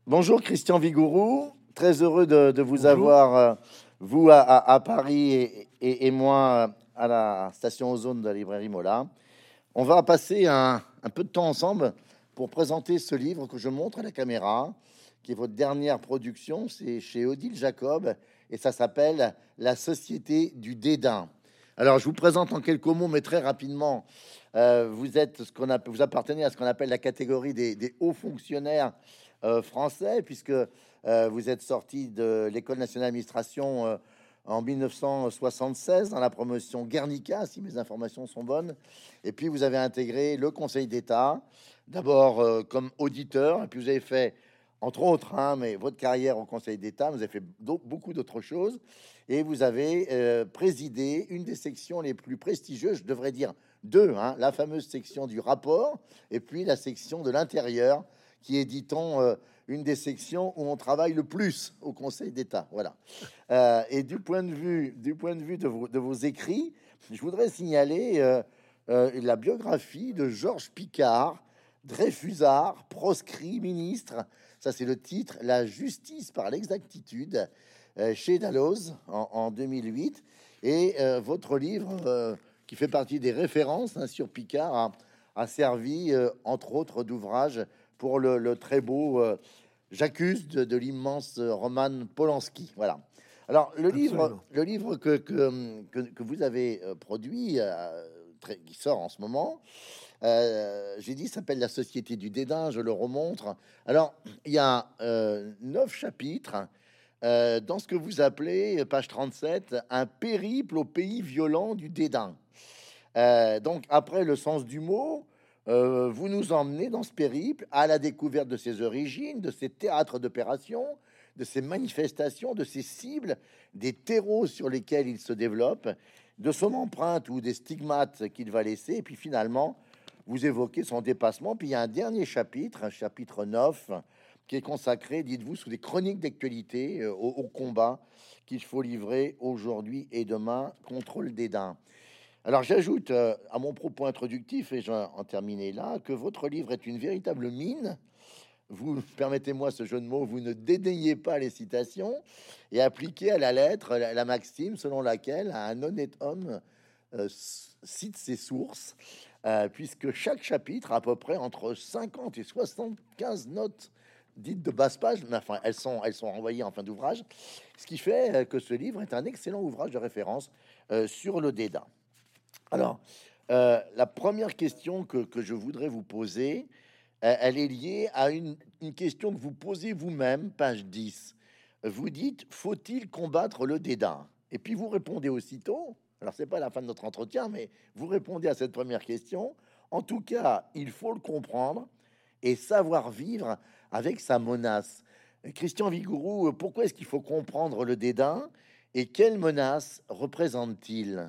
Bonjour Christian Vigouroux, très heureux de vous Bonjour. avoir, vous à Paris et moi à la station Ozone de la librairie Mola. On va passer un peu de temps ensemble pour présenter ce livre que je montre à la caméra, qui est votre dernière production. C'est chez Odile Jacob et ça s'appelle La Société du Dédain. Alors je vous présente en quelques mots, mais très rapidement. Vous êtes vous appartenez à ce qu'on appelle la catégorie des hauts fonctionnaires français, puisque vous êtes sorti de l'École nationale d'administration en 1976 dans la promotion Guernica, si mes informations sont bonnes. Et puis vous avez intégré le Conseil d'État, d'abord comme auditeur, et puis vous avez fait, entre autres, hein, mais votre carrière au Conseil d'État, vous avez fait beaucoup d'autres choses, et vous avez présidé une des sections les plus prestigieuses, je devrais dire deux, hein, la fameuse section du rapport, et puis la section de l'intérieur, qui est, dit-on, une des sections où on travaille le plus au Conseil d'État. Voilà. Et du point de vue, de vos écrits, je voudrais signaler la biographie de Georges Picard, Dreyfusard, proscrit ministre. Ça, c'est le titre, La justice par l'exactitude, chez Dalloz en 2008. Et votre livre, qui fait partie des références hein, sur Picard, a servi, entre autres, d'ouvrage pour le très beau J'accuse de l'immense Roman Polanski. Voilà. Alors, Absolument. le livre que vous avez produit, qui sort en ce moment, j'ai dit, s'appelle La Société du Dédain, je le remontre. Alors, il y a 9 chapitres dans ce que vous appelez, page 37, un périple au pays violent du dédain. Donc, après le sens du mot, vous nous emmenez dans ce périple à la découverte de ses origines, de ses théâtres d'opération, de ses manifestations, de ses cibles, des terreaux sur lesquels il se développe, de son empreinte ou des stigmates qu'il va laisser. Et puis finalement, vous évoquez son dépassement. Puis il y a un dernier chapitre, un chapitre 9, qui est consacré, dites-vous, sous des chroniques d'actualité, au combat qu'il faut livrer aujourd'hui et demain contre le dédain. Alors j'ajoute à mon propos introductif, et je vais en terminer là, que votre livre est une véritable mine. Vous, permettez-moi ce jeu de mots, vous ne dédaignez pas les citations et appliquez à la lettre la maxime selon laquelle un honnête homme cite ses sources, puisque chaque chapitre a à peu près entre 50 et 75 notes dites de basse page, mais enfin elles sont envoyées en fin d'ouvrage, ce qui fait que ce livre est un excellent ouvrage de référence sur le dédain. Alors, la première question que je voudrais vous poser, elle est liée à une question que vous posez vous-même, page 10. Vous dites, faut-il combattre le dédain? Et puis vous répondez aussitôt, alors c'est pas la fin de notre entretien, mais vous répondez à cette première question. En tout cas, il faut le comprendre et savoir vivre avec sa menace. Christian Vigouroux, pourquoi est-ce qu'il faut comprendre le dédain et quelle menace représente-t-il?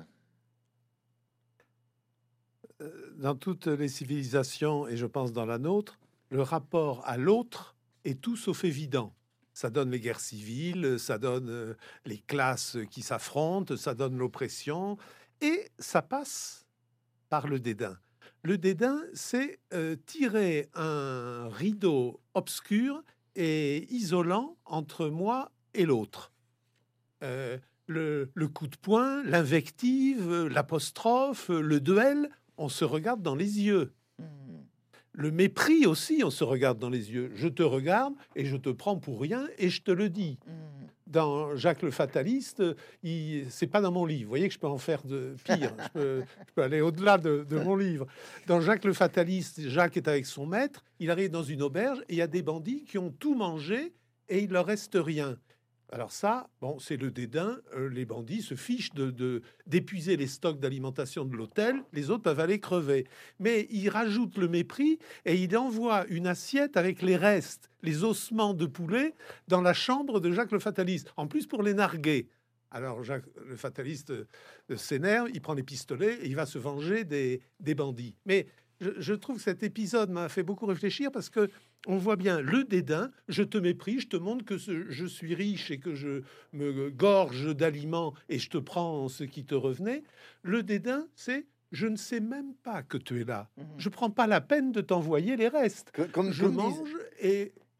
Dans toutes les civilisations, et je pense dans la nôtre, le rapport à l'autre est tout sauf évident. Ça donne les guerres civiles, ça donne les classes qui s'affrontent, ça donne l'oppression, et ça passe par le dédain. Le dédain, c'est tirer un rideau obscur et isolant entre moi et l'autre. Euh, le coup de poing, l'invective, l'apostrophe, le duel, on se regarde dans les yeux. Hmm. Le mépris aussi, on se regarde dans les yeux. Je te regarde et je te prends pour rien et je te le dis. Hmm. Dans Jacques le Fataliste, c'est pas dans mon livre. Vous voyez que je peux en faire de pire. Je peux aller au-delà de mon livre. Dans Jacques le Fataliste, Jacques est avec son maître. Il arrive dans une auberge et il y a des bandits qui ont tout mangé et il leur reste rien. Alors ça, bon, c'est le dédain. Les bandits se fichent d'épuiser les stocks d'alimentation de l'hôtel. Les autres peuvent aller crever. Mais il rajoute le mépris et il envoie une assiette avec les restes, les ossements de poulet, dans la chambre de Jacques le Fataliste. En plus, pour les narguer. Alors Jacques le Fataliste s'énerve, il prend les pistolets et il va se venger des bandits. Mais je trouve que cet épisode m'a fait beaucoup réfléchir parce que on voit bien le dédain. Je te méprise, je te montre que je suis riche et que je me gorge d'aliments et je te prends ce qui te revenait. Le dédain, c'est je ne sais même pas que tu es là. Hmm. Je prends pas la peine de t'envoyer les restes. Que- Comme, Je comme, dis- mange et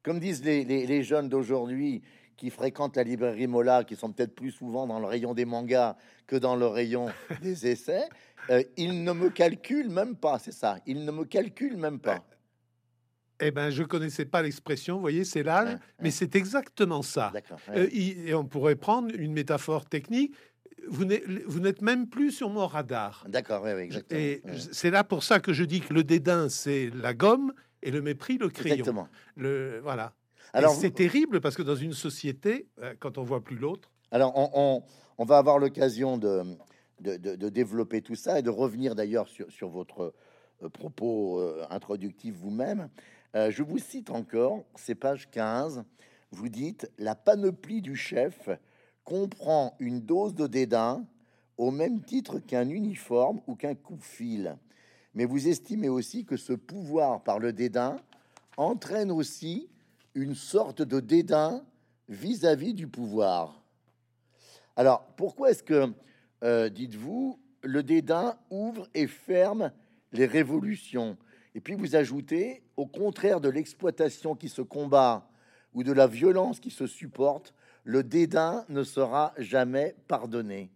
comme disent les jeunes d'aujourd'hui qui fréquentent la librairie Mola, qui sont peut-être plus souvent dans le rayon des mangas que dans le rayon des essais, ils ne me calculent même pas, c'est ça, ils ne me calculent même Ouais. pas. Eh ben, je connaissais pas l'expression, vous voyez, c'est l'âge, Ouais, mais ouais, c'est exactement ça. d'accord. Ouais. Et on pourrait prendre une métaphore technique. Vous n'êtes même plus sur mon radar. D'accord, ouais, ouais, exactement. Et Ouais. c'est là pour ça que je dis que le dédain, c'est la gomme et le mépris, le crayon. Exactement. Voilà. Et Alors, c'est terrible parce que dans une société, quand on voit plus l'autre, alors on va avoir l'occasion de développer tout ça et de revenir d'ailleurs sur votre propos introductif vous-même. Je vous cite encore, c'est page 15. Vous dites: la panoplie du chef comprend une dose de dédain au même titre qu'un uniforme ou qu'un coupe-fil. Mais vous estimez aussi que ce pouvoir par le dédain entraîne aussi une sorte de dédain vis-à-vis du pouvoir. Alors, pourquoi est-ce que, dites-vous, le dédain ouvre et ferme les révolutions? Et puis vous ajoutez, au contraire de l'exploitation qui se combat ou de la violence qui se supporte, le dédain ne sera jamais pardonné.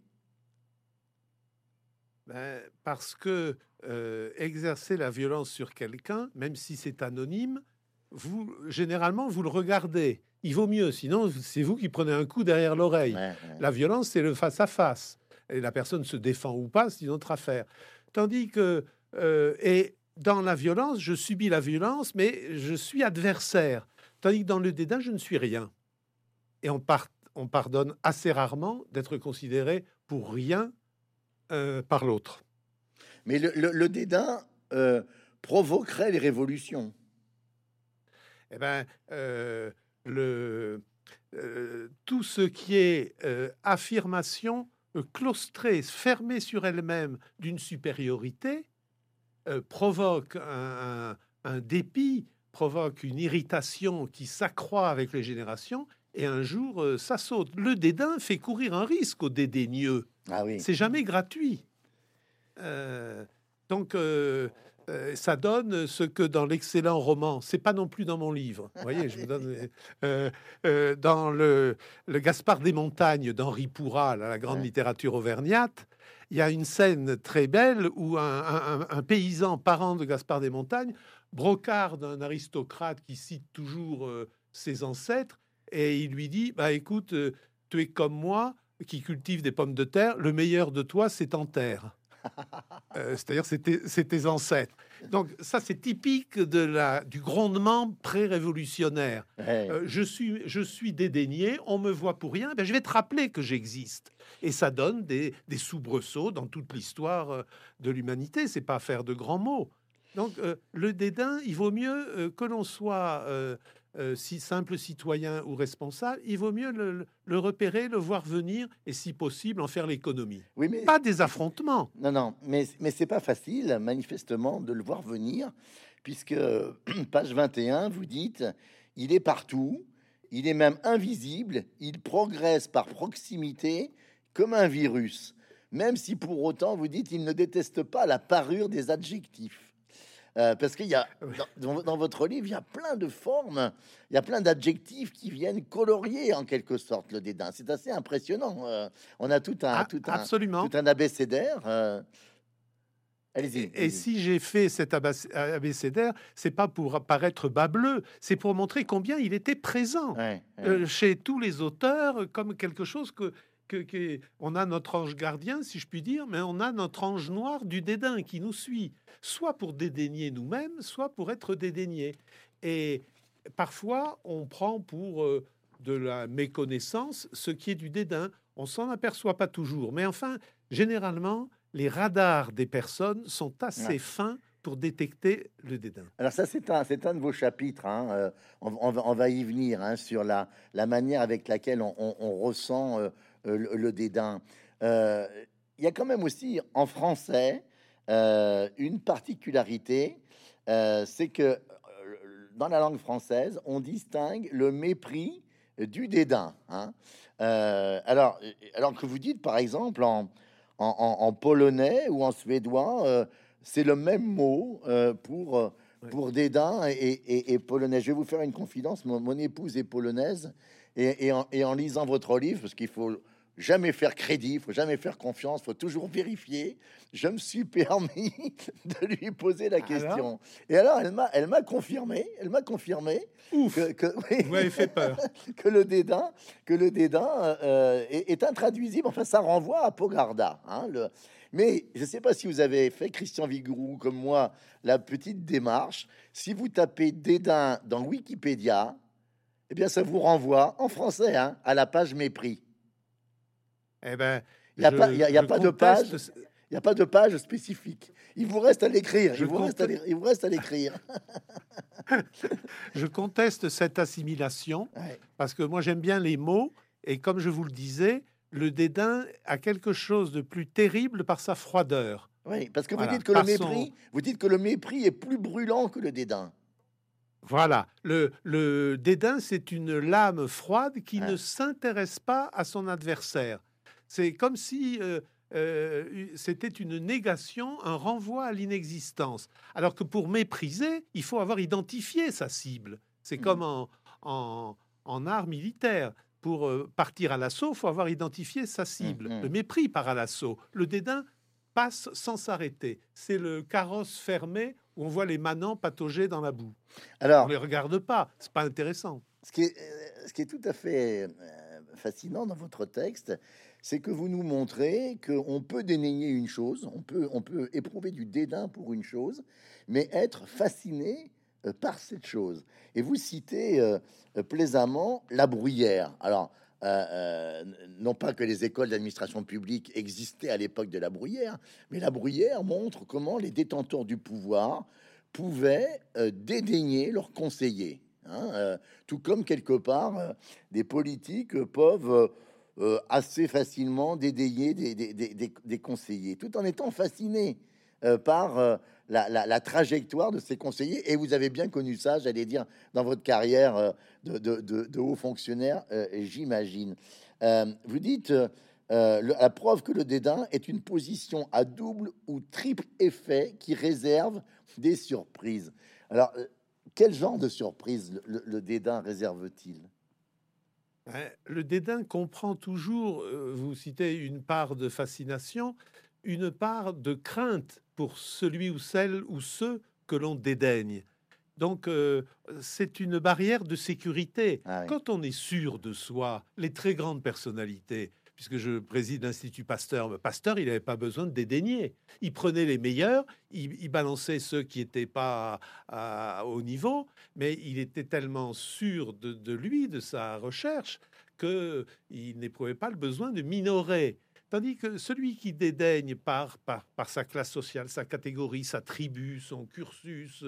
ben, parce que exercer la violence sur quelqu'un, même si c'est anonyme, généralement, vous le regardez. Il vaut mieux, sinon c'est vous qui prenez un coup derrière l'oreille. Ouais, ouais. La violence, c'est le face-à-face. Et la personne se défend ou pas, c'est une autre affaire. Tandis que, et dans la violence, je subis la violence, mais je suis adversaire. Tandis que dans le dédain, je ne suis rien. Et on pardonne assez rarement d'être considéré pour rien par l'autre. Mais le dédain provoquerait les révolutions. Eh ben, tout ce qui est affirmation claustrée, fermée sur elle-même d'une supériorité, provoque un dépit, provoque une irritation qui s'accroît avec les générations, et un jour, ça saute. Le dédain fait courir un risque au dédaigneux. Ah oui. C'est jamais gratuit. Donc, ça donne ce que dans l'excellent roman, c'est pas non plus dans mon livre. Vous voyez, je vous donne dans le Gaspard des Montagnes d'Henri Pourrat, la grande Ouais. littérature auvergnate. Il y a une scène très belle où un paysan parent de Gaspard des Montagnes brocarde un aristocrate qui cite toujours ses ancêtres et il lui dit bah écoute, tu es comme moi qui cultive des pommes de terre, le meilleur de toi c'est en terre. C'est-à-dire c'est tes ancêtres. Donc ça c'est typique du grondement pré-révolutionnaire. Ouais. Je suis dédaigné, on me voit pour rien, ben, je vais te rappeler que j'existe. Et ça donne des soubresauts dans toute l'histoire de l'humanité. C'est pas faire de grands mots. Donc le dédain, il vaut mieux que l'on soit si simple citoyen ou responsable, il vaut mieux le repérer, le voir venir et si possible en faire l'économie. Oui, mais Pas des affrontements. non, non, mais c'est pas facile, manifestement, de le voir venir, puisque page 21, vous dites, il est partout, il est même invisible, il progresse par proximité comme un virus, même si pour autant, vous dites, il ne déteste pas la parure des adjectifs. Parce qu'il y a dans votre livre, il y a plein de formes, il y a plein d'adjectifs qui viennent colorier en quelque sorte le dédain. C'est assez impressionnant. On a Absolument. tout un abécédaire. Allez-y. Et Allez-y. si j'ai fait cet abécédaire, c'est pas pour paraître bas-bleu, c'est pour montrer combien il était présent Ouais, ouais. chez tous les auteurs comme quelque chose on a notre ange gardien, si je puis dire, mais on a notre ange noir du dédain qui nous suit, soit pour dédaigner nous-mêmes, soit pour être dédaigné. Et parfois, on prend pour de la méconnaissance ce qui est du dédain. On s'en aperçoit pas toujours, mais enfin, généralement, les radars des personnes sont assez Ouais. fins pour détecter le dédain. Alors ça, c'est un de vos chapitres. Hein. On va y venir hein, sur la manière avec laquelle on ressent le dédain. Il y a quand même aussi en français une particularité, c'est que dans la langue française, on distingue le mépris du dédain. Hein. Alors que vous dites, par exemple, en polonais ou en suédois, c'est le même mot Ouais. pour dédain et polonaise. Je vais vous faire une confidence. Mon épouse est polonaise et en lisant votre livre, parce qu'il faut jamais faire crédit, il faut jamais faire confiance, il faut toujours vérifier. Je me suis permis de lui poser la Alors, question. Et alors, elle m'a confirmé ouf, oui, vous m'avez fait peur. que le dédain est intraduisible. Enfin, ça renvoie à Pogarda. Hein, mais je ne sais pas si vous avez fait, Christian Vigourou, comme moi, la petite démarche. Si vous tapez dédain dans Wikipédia, eh bien, ça vous renvoie en français hein, à la page mépris. Eh ben, Il n'y a pas, il y a je pas de page. conteste, Il n'y a pas de page spécifique. Il vous reste à l'écrire. je compte, Il vous reste à l'écrire. je conteste cette assimilation Ouais. parce que moi j'aime bien les mots et comme je vous le disais, le dédain a quelque chose de plus terrible par sa froideur. Oui, parce que vous Voilà, dites que le par son, mépris, vous dites que le mépris est plus brûlant que le dédain. voilà, le dédain, c'est une lame froide qui ne Hein. s'intéresse pas à son adversaire. C'est comme si c'était une négation, un renvoi à l'inexistence. Alors que pour mépriser, il faut avoir identifié sa cible. C'est Mhm. comme en art militaire. Pour partir à l'assaut, il faut avoir identifié sa cible. Le Mhm. mépris part à l'assaut. Le dédain passe sans s'arrêter. C'est le carrosse fermé où on voit les manants patauger dans la boue. On Alors, les regarde pas, c'est pas intéressant. ce qui est tout à fait fascinant dans votre texte, c'est que vous nous montrez qu'on peut dédaigner une chose, on peut éprouver du dédain pour une chose, mais être fasciné par cette chose. Et vous citez plaisamment la bruyère. Alors, non pas que les écoles d'administration publique existaient à l'époque de la bruyère, mais la bruyère montre comment les détenteurs du pouvoir pouvaient dédaigner leurs conseillers. Hein, tout comme quelque part, des politiques peuvent assez facilement dédaigner des conseillers, tout en étant fascinés par la trajectoire de ces conseillers. Et vous avez bien connu ça, j'allais dire, dans votre carrière de haut fonctionnaire, j'imagine. Vous dites la preuve que le dédain est une position à double ou triple effet qui réserve des surprises. Alors, quel genre de surprise le dédain réserve-t-il? Hein, le dédain comprend toujours, vous citez une part de fascination, une part de crainte pour celui ou celle ou ceux que l'on dédaigne. Donc, c'est une barrière de sécurité. Ah oui. Quand on est sûr de soi, les très grandes personnalités, puisque je préside l'Institut Pasteur, Pasteur, il n'avait pas besoin de dédaigner. Il prenait les meilleurs, il balançait ceux qui n'étaient pas au niveau, mais il était tellement sûr de lui, de sa recherche, qu'il n'éprouvait pas le besoin de minorer. Tandis que celui qui dédaigne par sa classe sociale, sa catégorie, sa tribu, son cursus,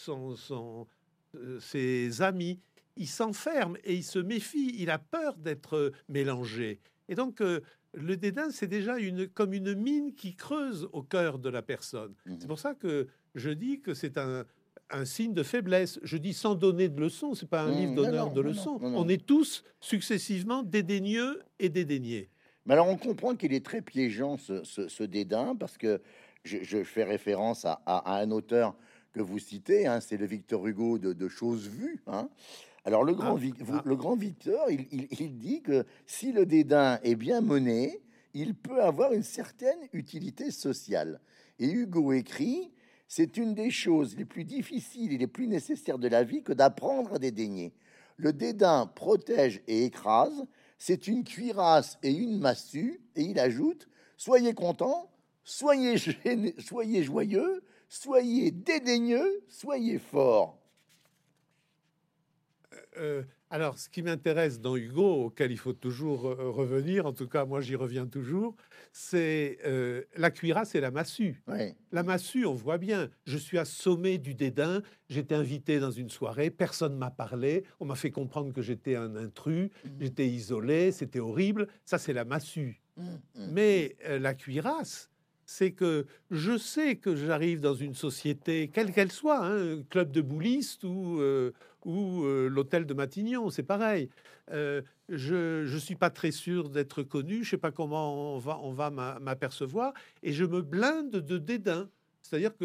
ses amis, il s'enferme et il se méfie, il a peur d'être mélangé. Et donc, le dédain, c'est déjà comme une mine qui creuse au cœur de la personne. C'est Mhm. pour ça que je dis que c'est un signe de faiblesse. Je dis sans donner de leçons, c'est pas un livre Non, d'honneur non, de non, non, leçons. non, On non. est tous successivement dédaigneux et dédaignés. Mais alors, on comprend qu'il est très piégeant ce dédain parce que je fais référence à un auteur que vous citez, hein, c'est le Victor Hugo de Choses vues. Hein. Alors, Ah, ah, le grand Victor, il dit que si le dédain est bien mené, il peut avoir une certaine utilité sociale. Et Hugo écrit, c'est une des choses les plus difficiles et les plus nécessaires de la vie que d'apprendre à dédaigner. Le dédain protège et écrase, c'est une cuirasse et une massue. Et il ajoute, soyez contents, soyez joyeux, soyez dédaigneux, soyez forts. alors, ce qui m'intéresse dans Hugo, auquel il faut toujours revenir, en tout cas moi j'y reviens toujours, c'est la cuirasse et la massue. Ouais. La massue, on voit bien, je suis assommé du dédain, j'étais invité dans une soirée, personne m'a parlé, on m'a fait comprendre que j'étais un intrus, Mm, j'étais isolé, c'était horrible, ça c'est la massue. mm, mm, Mais la cuirasse, c'est que je sais que j'arrive dans une société, quelle qu'elle soit, hein, club de boulistes ou l'hôtel de Matignon, c'est pareil. Je suis pas très sûr d'être connu, je sais pas comment on va m'apercevoir, et je me blinde de dédain. C'est-à-dire que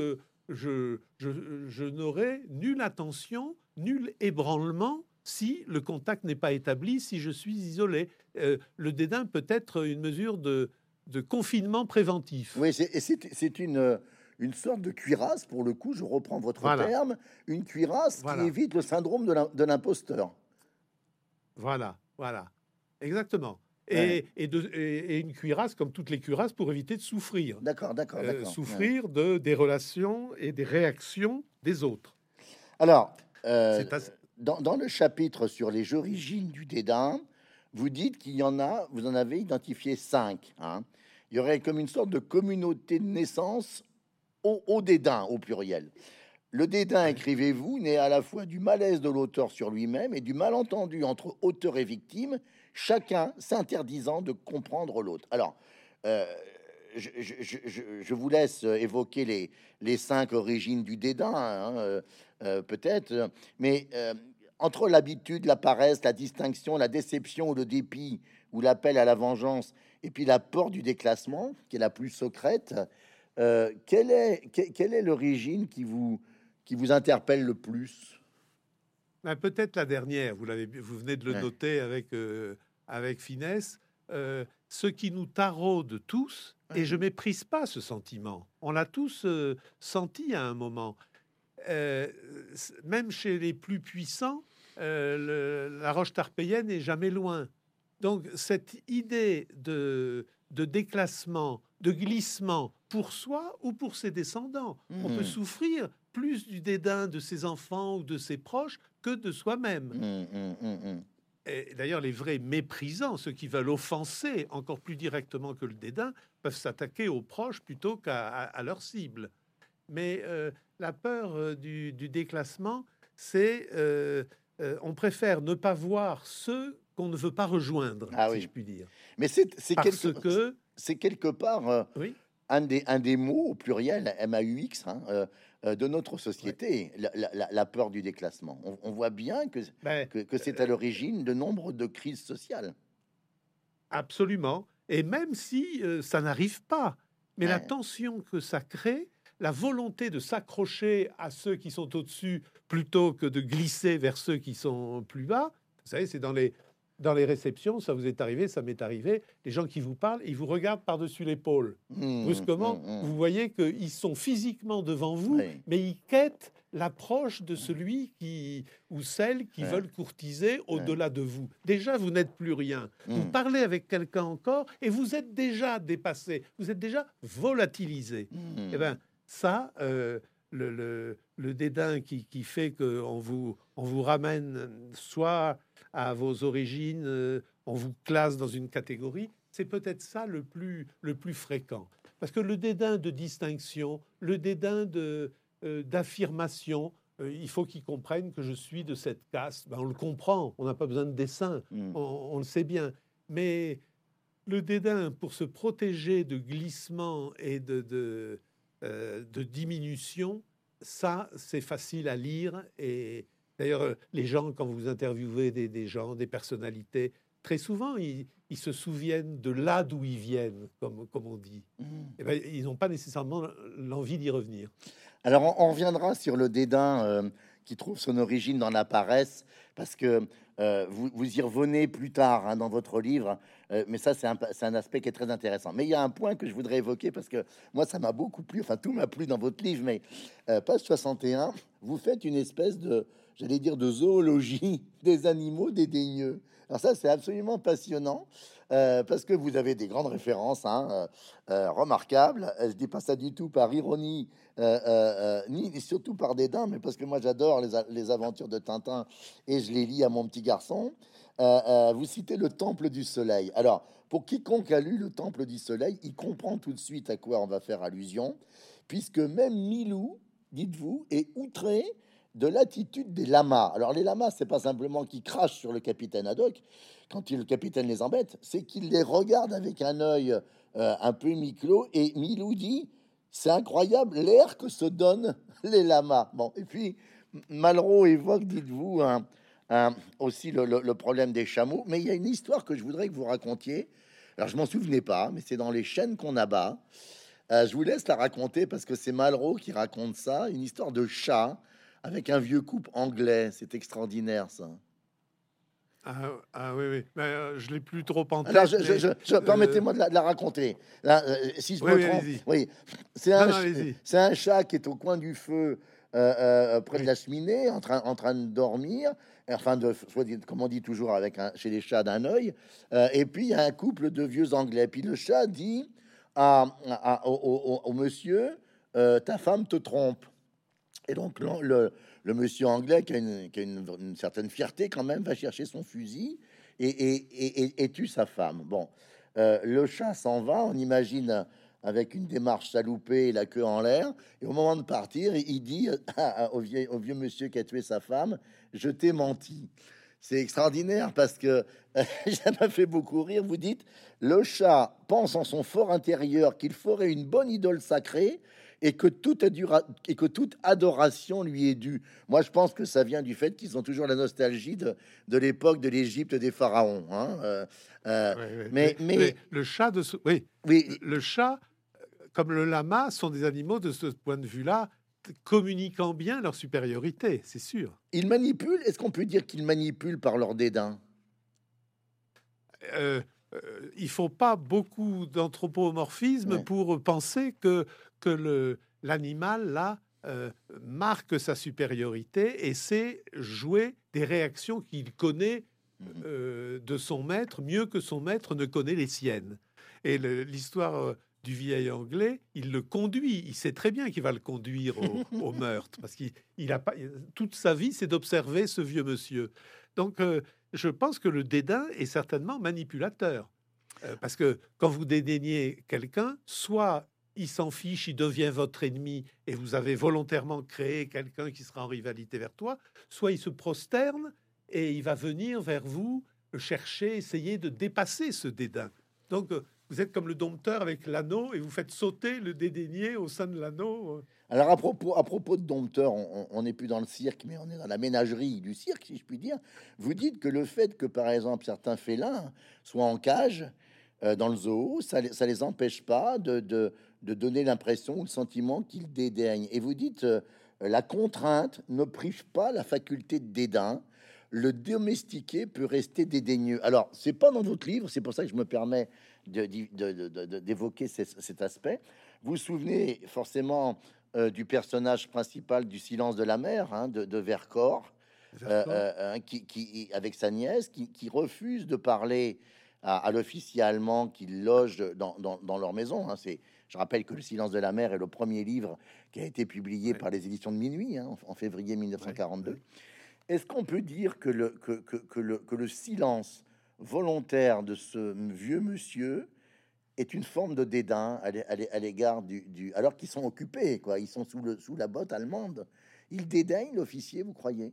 je n'aurai nulle attention, nul ébranlement si le contact n'est pas établi, si je suis isolé. Le dédain peut être une mesure de confinement préventif. Oui, c'est une sorte de cuirasse, pour le coup, je reprends votre Voilà, terme, une cuirasse qui voilà, évite le syndrome de l'imposteur. voilà, exactement. Ouais. Et une cuirasse, comme toutes les cuirasses, pour éviter de souffrir. D'accord, d'accord, d'accord. Ouais. Souffrir des relations et des réactions des autres. Alors, C'est assez- dans le chapitre sur les origines du dédain, vous dites qu'il y en a, vous en avez identifié 5. Hein. Il y aurait comme une sorte de communauté de naissance au dédain, au pluriel. Le dédain, ouais. écrivez-vous, naît à la fois du malaise de l'auteur sur lui-même et du malentendu entre auteur et victime, chacun s'interdisant de comprendre l'autre. Alors, euh, je vous laisse évoquer les 5 origines du dédain, hein, peut-être, mais entre l'habitude, la paresse, la distinction, la déception ou le dépit, ou l'appel à la vengeance, et puis la peur du déclassement, qui est la plus secrète, quelle est l'origine qui vous interpelle le plus? Ben, peut-être la dernière, vous venez de le Ouais. noter avec finesse, ce qui nous taraude tous, et je méprise pas ce sentiment. On l'a tous senti à un moment. Même chez les plus puissants, la roche tarpéienne n'est jamais loin. Donc cette idée de déclassement, de glissement pour soi ou pour ses descendants, on peut Mhm. souffrir plus du dédain de ses enfants ou de ses proches que de soi-même. Mhm, mhm, mhm. Et d'ailleurs, les vrais méprisants, ceux qui veulent offenser encore plus directement que le dédain, peuvent s'attaquer aux proches plutôt à leur cible. Mais la peur du déclassement, c'est on préfère ne pas voir ceux qu'on ne veut pas rejoindre, Ah si oui, je puis dire. mais Parce que, c'est quelque part oui, un des mots au pluriel, MAUX, hein, de notre ouais, société, la peur du déclassement. On voit bien ben, que c'est à l'origine de nombre de crises sociales. absolument. Et même si ça n'arrive pas, mais la Ouais. tension que ça crée, la volonté de s'accrocher à ceux qui sont au-dessus plutôt que de glisser vers ceux qui sont plus bas, vous savez, c'est dans les réceptions, ça vous est arrivé, ça m'est arrivé, les gens qui vous parlent, ils vous regardent par-dessus l'épaule. Brusquement, vous voyez qu'ils sont physiquement devant vous, Oui, mais ils quêtent l'approche de celui qui ou celle qui ouais, veulent courtiser ouais. au-delà de vous. Déjà, vous n'êtes plus rien. Vous Mm, parlez avec quelqu'un encore et vous êtes déjà dépassé, vous êtes déjà volatilisé. Eh mm, bien, ça, le dédain qui fait on vous ramène soit à vos origines, on vous classe dans une catégorie, c'est peut-être ça le plus fréquent. Parce que le dédain de distinction, le dédain d'affirmation, il faut qu'ils comprennent que je suis de cette caste. Ben, on le comprend, on n'a pas besoin de dessin, mm. on le sait bien. Mais le dédain pour se protéger de glissement et de diminution, ça, c'est facile à lire. Et d'ailleurs, les gens, quand vous interviewez des gens, des personnalités, très souvent, ils se souviennent de là d'où ils viennent, comme on dit. Mm. Eh ben, ils n'ont pas nécessairement l'envie d'y revenir. Alors, on reviendra sur le dédain qui trouve son origine dans la paresse, parce que vous y revenez plus tard hein, dans votre livre, mais ça, c'est un aspect qui est très intéressant. Mais il y a un point que je voudrais évoquer, parce que moi, ça m'a beaucoup plu, enfin, tout m'a plu dans votre livre, mais page 61, vous faites une espèce de, j'allais dire, de zoologie des animaux dédaigneux. Alors ça, c'est absolument passionnant. Parce que vous avez des grandes références hein, remarquables. Je dis pas ça du tout par ironie, ni surtout par dédain, mais parce que moi j'adore les aventures de Tintin et je les lis à mon petit garçon. Vous citez le Temple du Soleil. Alors, pour quiconque a lu le Temple du Soleil, il comprend tout de suite à quoi on va faire allusion, puisque même Milou, dites-vous, est outré de l'attitude des lamas. Alors, les lamas, c'est pas simplement qu'ils crachent sur le capitaine Haddock quand le capitaine les embête, c'est qu'il les regarde avec un œil un peu mi-clos et Milou dit c'est incroyable l'air que se donnent les lamas. Bon, et puis Malraux évoque, dites-vous, aussi le problème des chameaux. Mais il y a une histoire que je voudrais que vous racontiez. Alors, je m'en souvenais pas, mais c'est dans les chaînes qu'on abat. Je vous laisse la raconter parce que c'est Malraux qui raconte ça, une histoire de chat avec un vieux couple anglais. C'est extraordinaire, ça. Oui, oui. Mais, je l'ai plus trop en Alors, tête, mais permettez-moi de la raconter. Là, si je oui, me oui, trompe, allez-y. oui, Non, non, allez-y. c'est un chat qui est au coin du feu, près de Oui, la cheminée, en train de dormir. Enfin, comme on dit toujours chez les chats, d'un œil. Et puis, il y a un couple de vieux Anglais. Puis le chat dit au monsieur, ta femme te trompe. Et donc, le monsieur anglais, qui a une certaine fierté quand même, va chercher son fusil et tue sa femme. Bon, le chat s'en va, on imagine, avec une démarche saloupée, la queue en l'air. Et au moment de partir, il dit au vieux monsieur qui a tué sa femme, je t'ai menti. C'est extraordinaire parce que ça m'a fait beaucoup rire. Vous dites, le chat pense en son fort intérieur qu'il ferait une bonne idole sacrée et que toute adoration lui est due. Moi, je pense que ça vient du fait qu'ils ont toujours la nostalgie de l'époque de l'Égypte des pharaons. Hein. oui, oui. Mais Le chat oui, oui, le chat, comme le lama, sont des animaux de ce point de vue-là, communiquant bien leur supériorité, c'est sûr. ils manipulent. Est-ce qu'on peut dire qu'ils manipulent par leur dédain? Euh, il faut pas beaucoup d'anthropomorphisme Ouais. pour penser que l'animal, là, marque sa supériorité et sait jouer des réactions qu'il connaît Mhm. de son maître mieux que son maître ne connaît les siennes. Et l'histoire du vieil anglais, il le conduit. Il sait très bien qu'il va le conduire au meurtre parce qu'il a pas toute sa vie, c'est d'observer ce vieux monsieur. Donc, je pense que le dédain est certainement manipulateur. Parce que quand vous dédaignez quelqu'un, soit il s'en fiche, il devient votre ennemi et vous avez volontairement créé quelqu'un qui sera en rivalité vers toi, soit il se prosterne et il va venir vers vous chercher, essayer de dépasser ce dédain. Donc, vous êtes comme le dompteur avec l'anneau et vous faites sauter le dédaigné au sein de l'anneau. Alors à propos de dompteur, on n'est plus dans le cirque, mais on est dans la ménagerie du cirque, si je puis dire. Vous dites que le fait que, par exemple, certains félins soient en cage dans le zoo, ça les empêche pas de donner l'impression ou le sentiment qu'ils dédaignent. Et vous dites la contrainte ne prive pas la faculté de dédain. Le domestiqué peut rester dédaigneux. Alors, c'est pas dans votre livre, c'est pour ça que je me permets d'évoquer cet aspect. Vous vous souvenez forcément du personnage principal du Silence de la mer, hein, de Vercors, D'accord. avec sa nièce, qui refuse de parler à l'officier allemand qui loge dans leur maison. Hein. Je rappelle que Le Silence de la mer est le premier livre qui a été publié Ouais, par les éditions de Minuit, hein, en février ouais, 1942. ouais. Est-ce qu'on peut dire que le silence volontaire de ce vieux monsieur est une forme de dédain à l'égard alors qu'ils sont occupés, quoi, ils sont sous la botte allemande. Il dédaigne l'officier, vous croyez?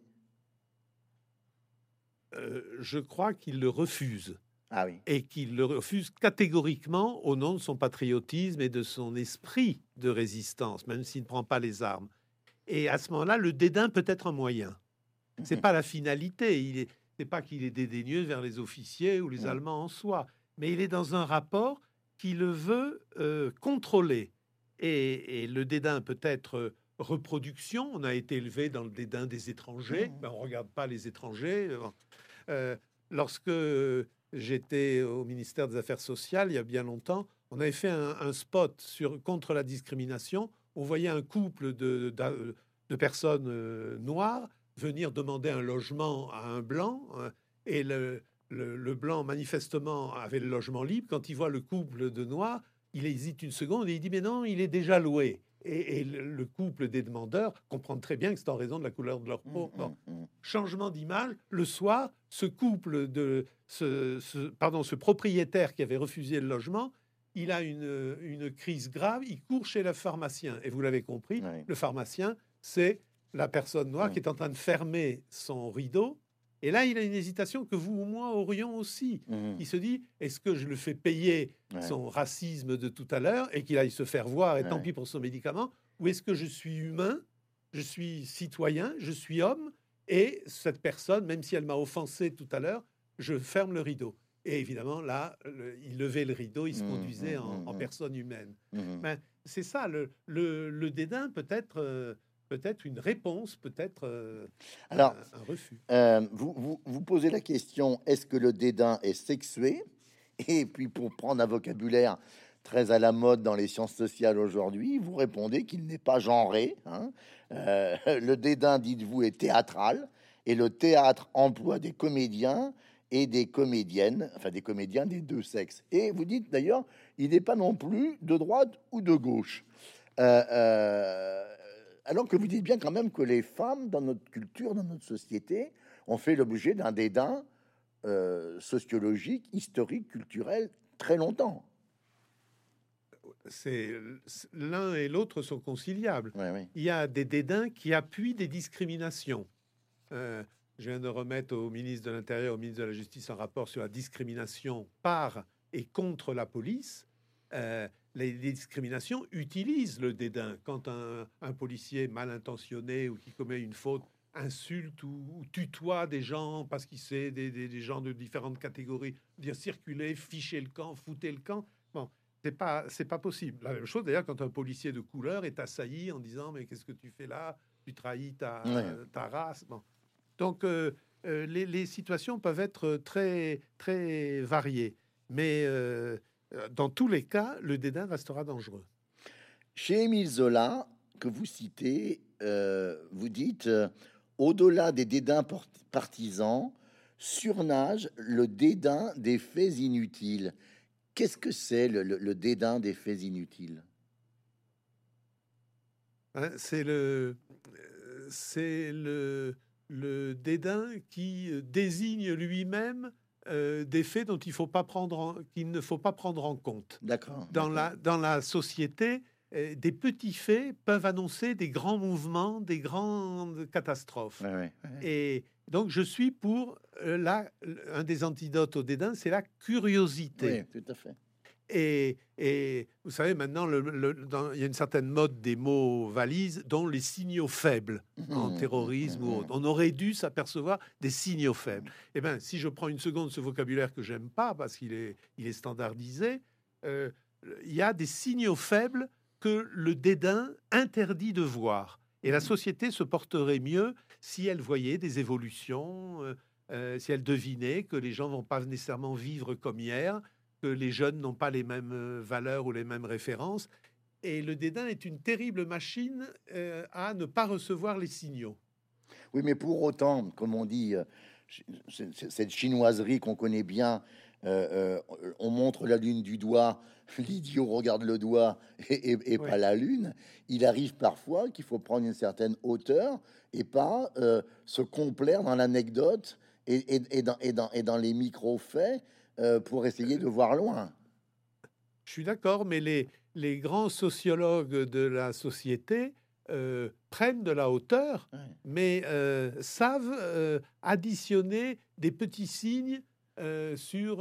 Je crois qu'il le refuse. Ah oui. Et qu'il le refuse catégoriquement au nom de son patriotisme et de son esprit de résistance, même s'il ne prend pas les armes. Et à ce moment-là, le dédain peut être un moyen. C'est Mhm. pas la finalité. C'est pas qu'il est dédaigneux vers les officiers ou les Mhm. Allemands en soi, mais il est dans un rapport qui le veut contrôler. Et le dédain peut être reproduction. On a été élevé dans le dédain des étrangers. Mhm. Ben, on regarde pas les étrangers. Lorsque j'étais au ministère des Affaires sociales il y a bien longtemps, on avait fait un spot contre la discrimination. On voyait un couple de personnes noires venir demander un logement à un blanc et le blanc manifestement avait le logement libre. Quand il voit le couple de noirs, il hésite une seconde et il dit mais non, il est déjà loué. Et le couple des demandeurs comprend très bien que c'est en raison de la couleur de leur peau. Bon, Mhm. Mhm. changement d'image. Le soir, ce couple ce propriétaire qui avait refusé le logement, il a une crise grave. Il court chez le pharmacien. Et vous l'avez compris, Ouais. le pharmacien, c'est la personne noire Mhm. qui est en train de fermer son rideau. Et là, il a une hésitation que vous ou moi aurions aussi. Mhm. Il se dit, est-ce que je le fais payer Ouais. son racisme de tout à l'heure et qu'il aille se faire voir et tant Ouais. pis pour son médicament, ou est-ce que je suis humain, je suis citoyen, je suis homme, et cette personne, même si elle m'a offensé tout à l'heure, je ferme le rideau. Et évidemment, là, il levait le rideau, il se conduisait en mmh. personne humaine. Mmh. Ben, c'est ça, le dédain peut être peut-être une réponse, peut-être Alors, un refus. vous posez la question, est-ce que le dédain est sexué? Et puis, pour prendre un vocabulaire très à la mode dans les sciences sociales aujourd'hui, vous répondez qu'il n'est pas genré, hein. Le dédain, dites-vous, est théâtral, et le théâtre emploie des comédiens et des comédiennes, enfin des comédiens des deux sexes. Et vous dites d'ailleurs, il n'est pas non plus de droite ou de gauche. Euh, euh, alors que vous dites bien quand même que les femmes, dans notre culture, dans notre société, ont fait l'objet d'un dédain sociologique, historique, culturel, très longtemps. C'est l'un et l'autre sont conciliables. Ouais, ouais. Il y a des dédains qui appuient des discriminations. Euh, je viens de remettre au ministre de l'Intérieur, au ministre de la Justice, un rapport sur la discrimination par et contre la police. Les discriminations utilisent le dédain. Quand un policier mal intentionné ou qui commet une faute insulte ou tutoie des gens parce qu'il sait des gens de différentes catégories, dire circuler, ficher le camp, fouter le camp. Bon, c'est pas possible. La même chose d'ailleurs quand un policier de couleur est assailli en disant mais qu'est-ce que tu fais là? Tu trahis Ouais. ta race. Bon. Donc les situations peuvent être très très variées, mais dans tous les cas, le dédain restera dangereux. Chez Émile Zola, que vous citez, vous dites au-delà des dédains partisans, surnage le dédain des faits inutiles. Qu'est-ce que c'est le dédain des faits inutiles? Hein, c'est le dédain qui désigne lui-même des faits dont qu'il ne faut pas prendre en compte. D'accord, d'accord. Dans la société, des petits faits peuvent annoncer des grands mouvements, des grandes catastrophes. Ouais, ouais, ouais. Et donc, je suis pour un des antidotes au dédain, c'est la curiosité. Oui, tout à fait. Et vous savez, maintenant, il y a une certaine mode des mots valises, dont les signaux faibles en terrorisme ou autre. On aurait dû s'apercevoir des signaux faibles. Eh bien, si je prends une seconde ce vocabulaire que j'aime pas parce il est standardisé, euh, il y a des signaux faibles que le dédain interdit de voir. Et la société se porterait mieux si elle voyait des évolutions, si elle devinait que les gens vont pas nécessairement vivre comme hier, que les jeunes n'ont pas les mêmes valeurs ou les mêmes références. Et le dédain est une terrible machine à ne pas recevoir les signaux. Oui, mais pour autant, comme on dit, cette chinoiserie qu'on connaît bien, on montre la lune du doigt, l'idiot regarde le doigt et Oui. pas la lune. Il arrive parfois qu'il faut prendre une certaine hauteur et pas se complaire dans l'anecdote et dans les micro-faits pour essayer de voir loin. Je suis d'accord, mais les grands sociologues de la société prennent de la hauteur, Ouais. mais savent additionner des petits signes sur,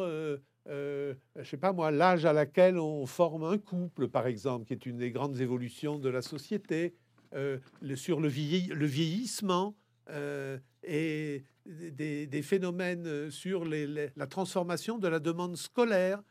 je sais pas moi, l'âge à laquelle on forme un couple, par exemple, qui est une des grandes évolutions de la société, sur le vieillissement et des phénomènes sur la transformation de la demande scolaire.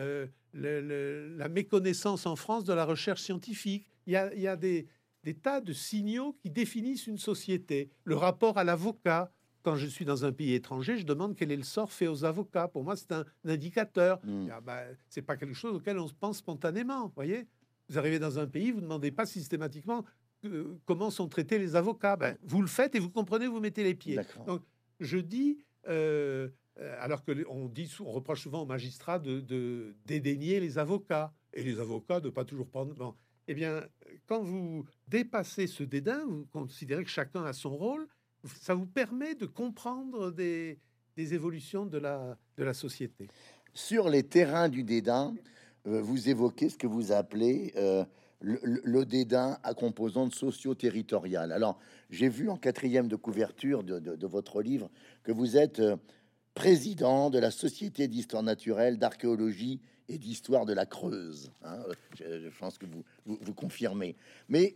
La méconnaissance en France de la recherche scientifique. Il y a des tas de signaux qui définissent une société. Le rapport à l'avocat. Quand je suis dans un pays étranger, je demande quel est le sort fait aux avocats. Pour moi, c'est un indicateur. Mm. Ah ben, c'est pas quelque chose auquel on se pense spontanément. Voyez, vous arrivez dans un pays, vous ne demandez pas systématiquement comment sont traités les avocats. Ben, vous le faites et vous comprenez, vous mettez les pieds. D'accord. Donc, je dis alors que on reproche souvent aux magistrats de dédaigner les avocats et les avocats de pas toujours prendre. Bon, eh bien, quand vous dépassez ce dédain, vous considérez que chacun a son rôle. Ça vous permet de comprendre des évolutions de la société. Sur les terrains du dédain, vous évoquez ce que vous appelez le dédain à composante socio-territoriale. Alors, j'ai vu en quatrième de couverture de votre livre que vous êtes président de la Société d'histoire naturelle, d'archéologie et d'histoire de la Creuse. Hein. Je pense que vous confirmez. Mais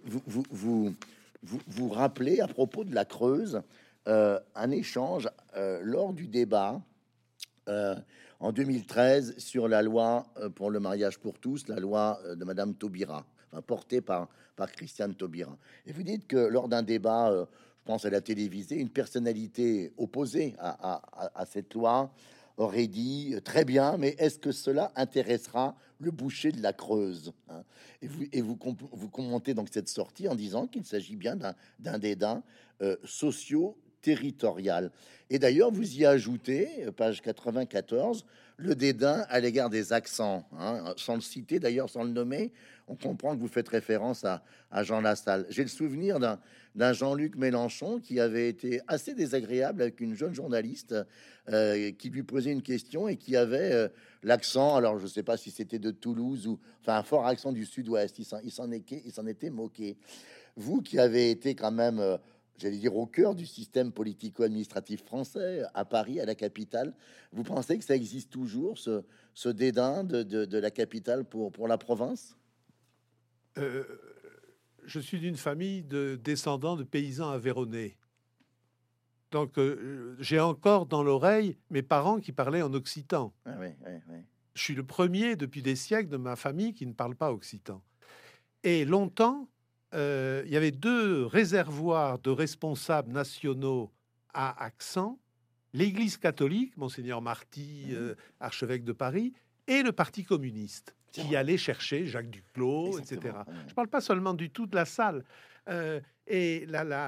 vous rappelez à propos de la Creuse un échange lors du débat euh, en 2013 sur la loi pour le mariage pour tous, la loi de Madame Taubira, enfin, portée par Christiane Taubira. Et vous dites que lors d'un débat, je pense à la télévisée, une personnalité opposée à cette loi aurait dit très bien, mais est-ce que cela intéressera le boucher de la Creuse, hein? Vous commentez donc cette sortie en disant qu'il s'agit bien d'un dédain socio-territorial. Et d'ailleurs, vous y ajoutez, page 94, le dédain à l'égard des accents, hein, sans le citer d'ailleurs, sans le nommer. On comprend que vous faites référence à Jean Lassalle. J'ai le souvenir d'un Jean-Luc Mélenchon qui avait été assez désagréable avec une jeune journaliste qui lui posait une question et qui avait l'accent, alors je ne sais pas si c'était de Toulouse ou enfin un fort accent du sud-ouest. Il s'en était moqué. Vous qui avez été quand même, j'allais dire, au cœur du système politico-administratif français, à Paris, à la capitale, vous pensez que ça existe toujours, ce dédain de la capitale pour la province? Euh, je suis d'une famille de descendants de paysans aveyronnais. Donc, j'ai encore dans l'oreille mes parents qui parlaient en occitan. Ah oui, oui, oui. Je suis le premier depuis des siècles de ma famille qui ne parle pas occitan. Et longtemps, il y avait deux réservoirs de responsables nationaux à accent, l'Église catholique, Monseigneur Marty, archevêque de Paris, et le Parti communiste, qui allait chercher Jacques Duclos, etc. Exactement, ouais. Je ne parle pas seulement du tout de la salle. Et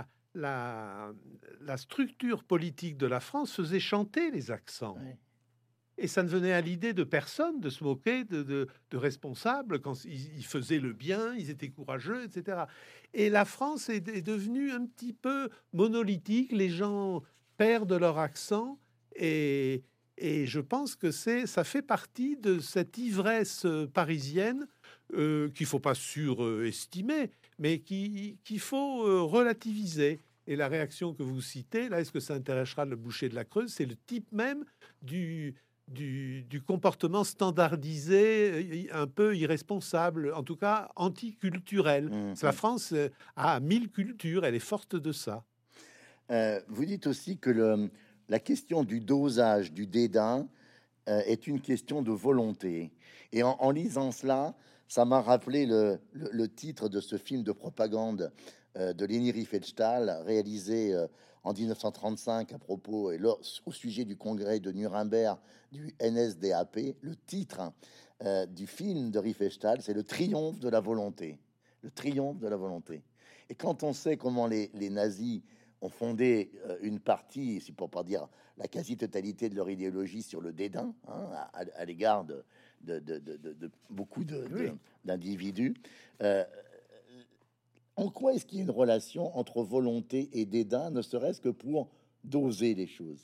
la structure politique de la France faisait chanter les accents. Ouais. Et ça ne venait à l'idée de personne de se moquer de responsables quand ils faisaient le bien, ils étaient courageux, etc. Et la France est devenue un petit peu monolithique. Les gens perdent leur accent et je pense que ça fait partie de cette ivresse parisienne qu'il faut pas surestimer, mais qu'il faut relativiser. Et la réaction que vous citez, là, est-ce que ça intéressera le boucher de la Creuse? C'est le type même du comportement standardisé, un peu irresponsable, en tout cas anticulturel. La France a 1000 cultures, elle est forte de ça. Vous dites aussi que la question du dosage, du dédain, est une question de volonté. Et en lisant cela, ça m'a rappelé le titre de ce film de propagande de Leni Riefenstahl, réalisé en 1935 à propos et au sujet du congrès de Nuremberg du NSDAP. Le titre du film de Riefenstahl, c'est Le triomphe de la volonté. Le triomphe de la volonté. Et quand on sait comment les nazis ont fondé une partie, si pour pas dire la quasi-totalité de leur idéologie sur le dédain, hein, à l'égard de beaucoup d'individus. En quoi est-ce qu'il y a une relation entre volonté et dédain, ne serait-ce que pour doser les choses?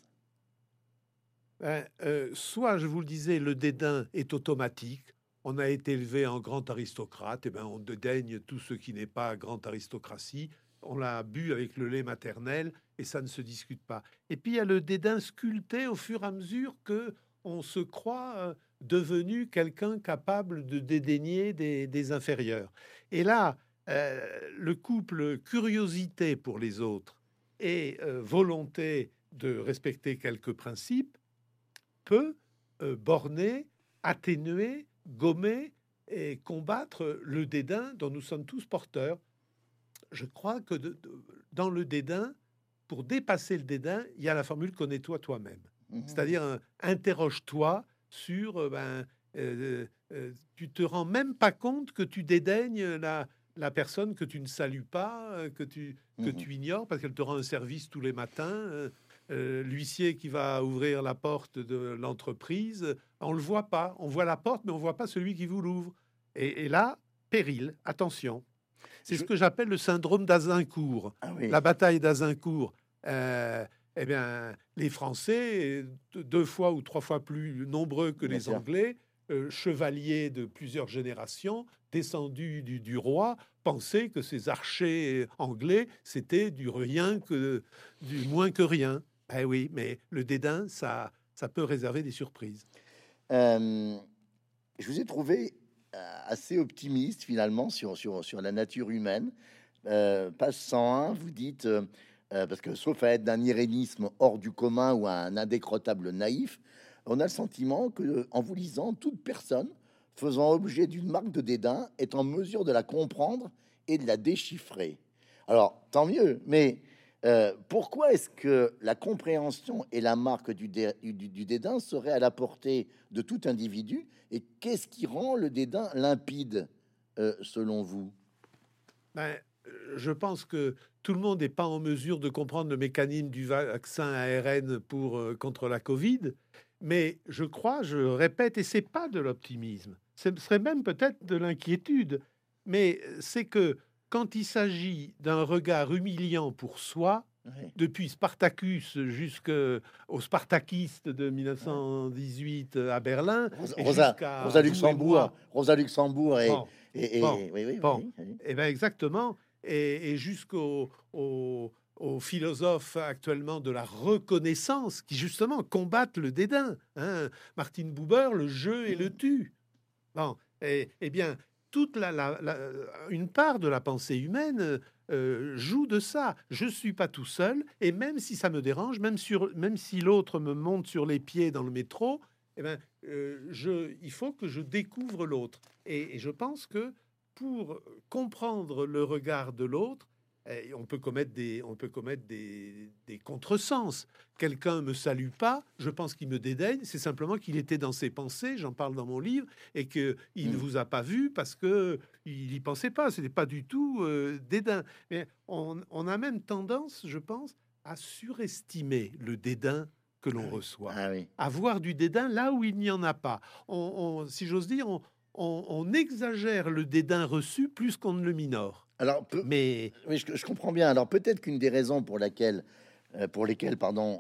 Soit, je vous le disais, le dédain est automatique. On a été élevé en grand aristocrate, et ben on dédaigne tout ce qui n'est pas grande aristocratie. On l'a bu avec le lait maternel et ça ne se discute pas. Et puis il y a le dédain sculpté au fur et à mesure que on se croit devenu quelqu'un capable de dédaigner des inférieurs. Et là, le couple curiosité pour les autres et volonté de respecter quelques principes peut borner, atténuer, gommer et combattre le dédain dont nous sommes tous porteurs. Je crois que dans le dédain, pour dépasser le dédain, il y a la formule connais-toi toi-même. C'est-à-dire interroge-toi sur tu te rends même pas compte que tu dédaignes la personne que tu ne salues pas, que tu ignores parce qu'elle te rend un service tous les matins. L'huissier qui va ouvrir la porte de l'entreprise, on le voit pas. On voit la porte, mais on voit pas celui qui vous l'ouvre. Et là, péril, attention. C'est ce que j'appelle le syndrome d'Azincourt. Ah oui. La bataille d'Azincourt. Eh bien, les Français, 2 fois ou 3 fois plus nombreux que les Anglais, chevaliers de plusieurs générations, descendus du roi, pensaient que ces archers anglais, c'était du moins que rien. Eh oui, mais le dédain, ça peut réserver des surprises. Je vous ai trouvé assez optimiste finalement sur la nature humaine. Page 101, vous dites, parce que sauf à être d'un irénisme hors du commun ou un indécrottable naïf, on a le sentiment que, en vous lisant, toute personne faisant objet d'une marque de dédain est en mesure de la comprendre et de la déchiffrer. Alors, tant mieux, mais pourquoi est-ce que la compréhension et la marque du dédain seraient à la portée de tout individu? Et qu'est-ce qui rend le dédain limpide, selon vous? Ben, je pense que tout le monde n'est pas en mesure de comprendre le mécanisme du vaccin ARN pour contre la Covid, mais je crois, je répète, et c'est pas de l'optimisme, ce serait même peut-être de l'inquiétude, mais c'est que quand il s'agit d'un regard humiliant pour soi, Ouais, depuis Spartacus jusqu'aux Spartakistes de ouais. 1918 à Berlin Rosa, et Rosa, jusqu'à Rosa vous et Luxembourg, moi. Rosa Luxembourg Bon, bon, oui, oui, bon. oui, oui. Eh ben exactement. Et aux philosophes actuellement de la reconnaissance qui justement combattent le dédain. Hein. Martin Buber, le jeu et le Mm, tu. Bon, eh bien, toute une part de la pensée humaine joue de ça. Je suis pas tout seul, et même si ça me dérange, même si l'autre me monte sur les pieds dans le métro, eh ben, il faut que je découvre l'autre. Et je pense que pour comprendre le regard de l'autre, on peut commettre des contresens. Quelqu'un me salue pas, je pense qu'il me dédaigne. C'est simplement qu'il était dans ses pensées. J'en parle dans mon livre et que il ne mm. vous a pas vu parce que il y pensait pas. Ce n'est pas du tout dédain. Mais on a même tendance, je pense, à surestimer le dédain que Ah l'on oui, reçoit, ah oui. à voir du dédain là où il n'y en a pas. Si j'ose dire, on exagère le dédain reçu plus qu'on ne le minore. Alors, Mais oui, je comprends bien. Alors, peut-être qu'une des raisons pour lesquelles, pardon,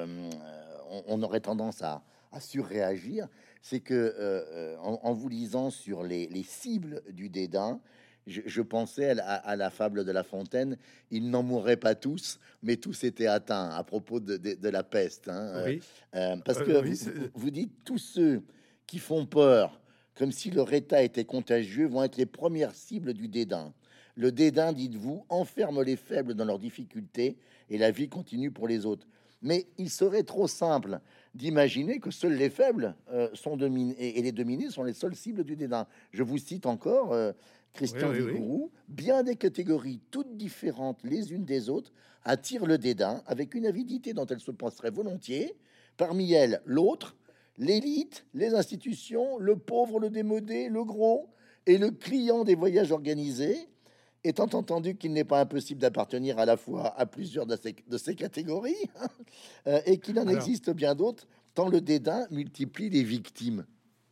on aurait tendance à surréagir, c'est que en vous lisant sur les cibles du dédain, je pensais à la fable de La Fontaine. Ils n'en mourraient pas tous, mais tous étaient atteints à propos de la peste. Hein, oui, parce que oui, vous dites tous ceux qui font peur, comme si leur état était contagieux, vont être les premières cibles du dédain. Le dédain, dites-vous, enferme les faibles dans leurs difficultés et la vie continue pour les autres. Mais il serait trop simple d'imaginer que seuls les faibles sont dominés et les dominés sont les seules cibles du dédain. Je vous cite encore oui, Christian oui, oui. Vigourou. Bien des catégories toutes différentes les unes des autres attirent le dédain avec une avidité dont elles se passeraient volontiers. Parmi elles, l'autre, l'élite, les institutions, le pauvre, le démodé, le gros et le client des voyages organisés. Étant entendu qu'il n'est pas impossible d'appartenir à la fois à plusieurs de ces catégories, et qu'il en Alors, existe bien d'autres, tant le dédain multiplie les victimes.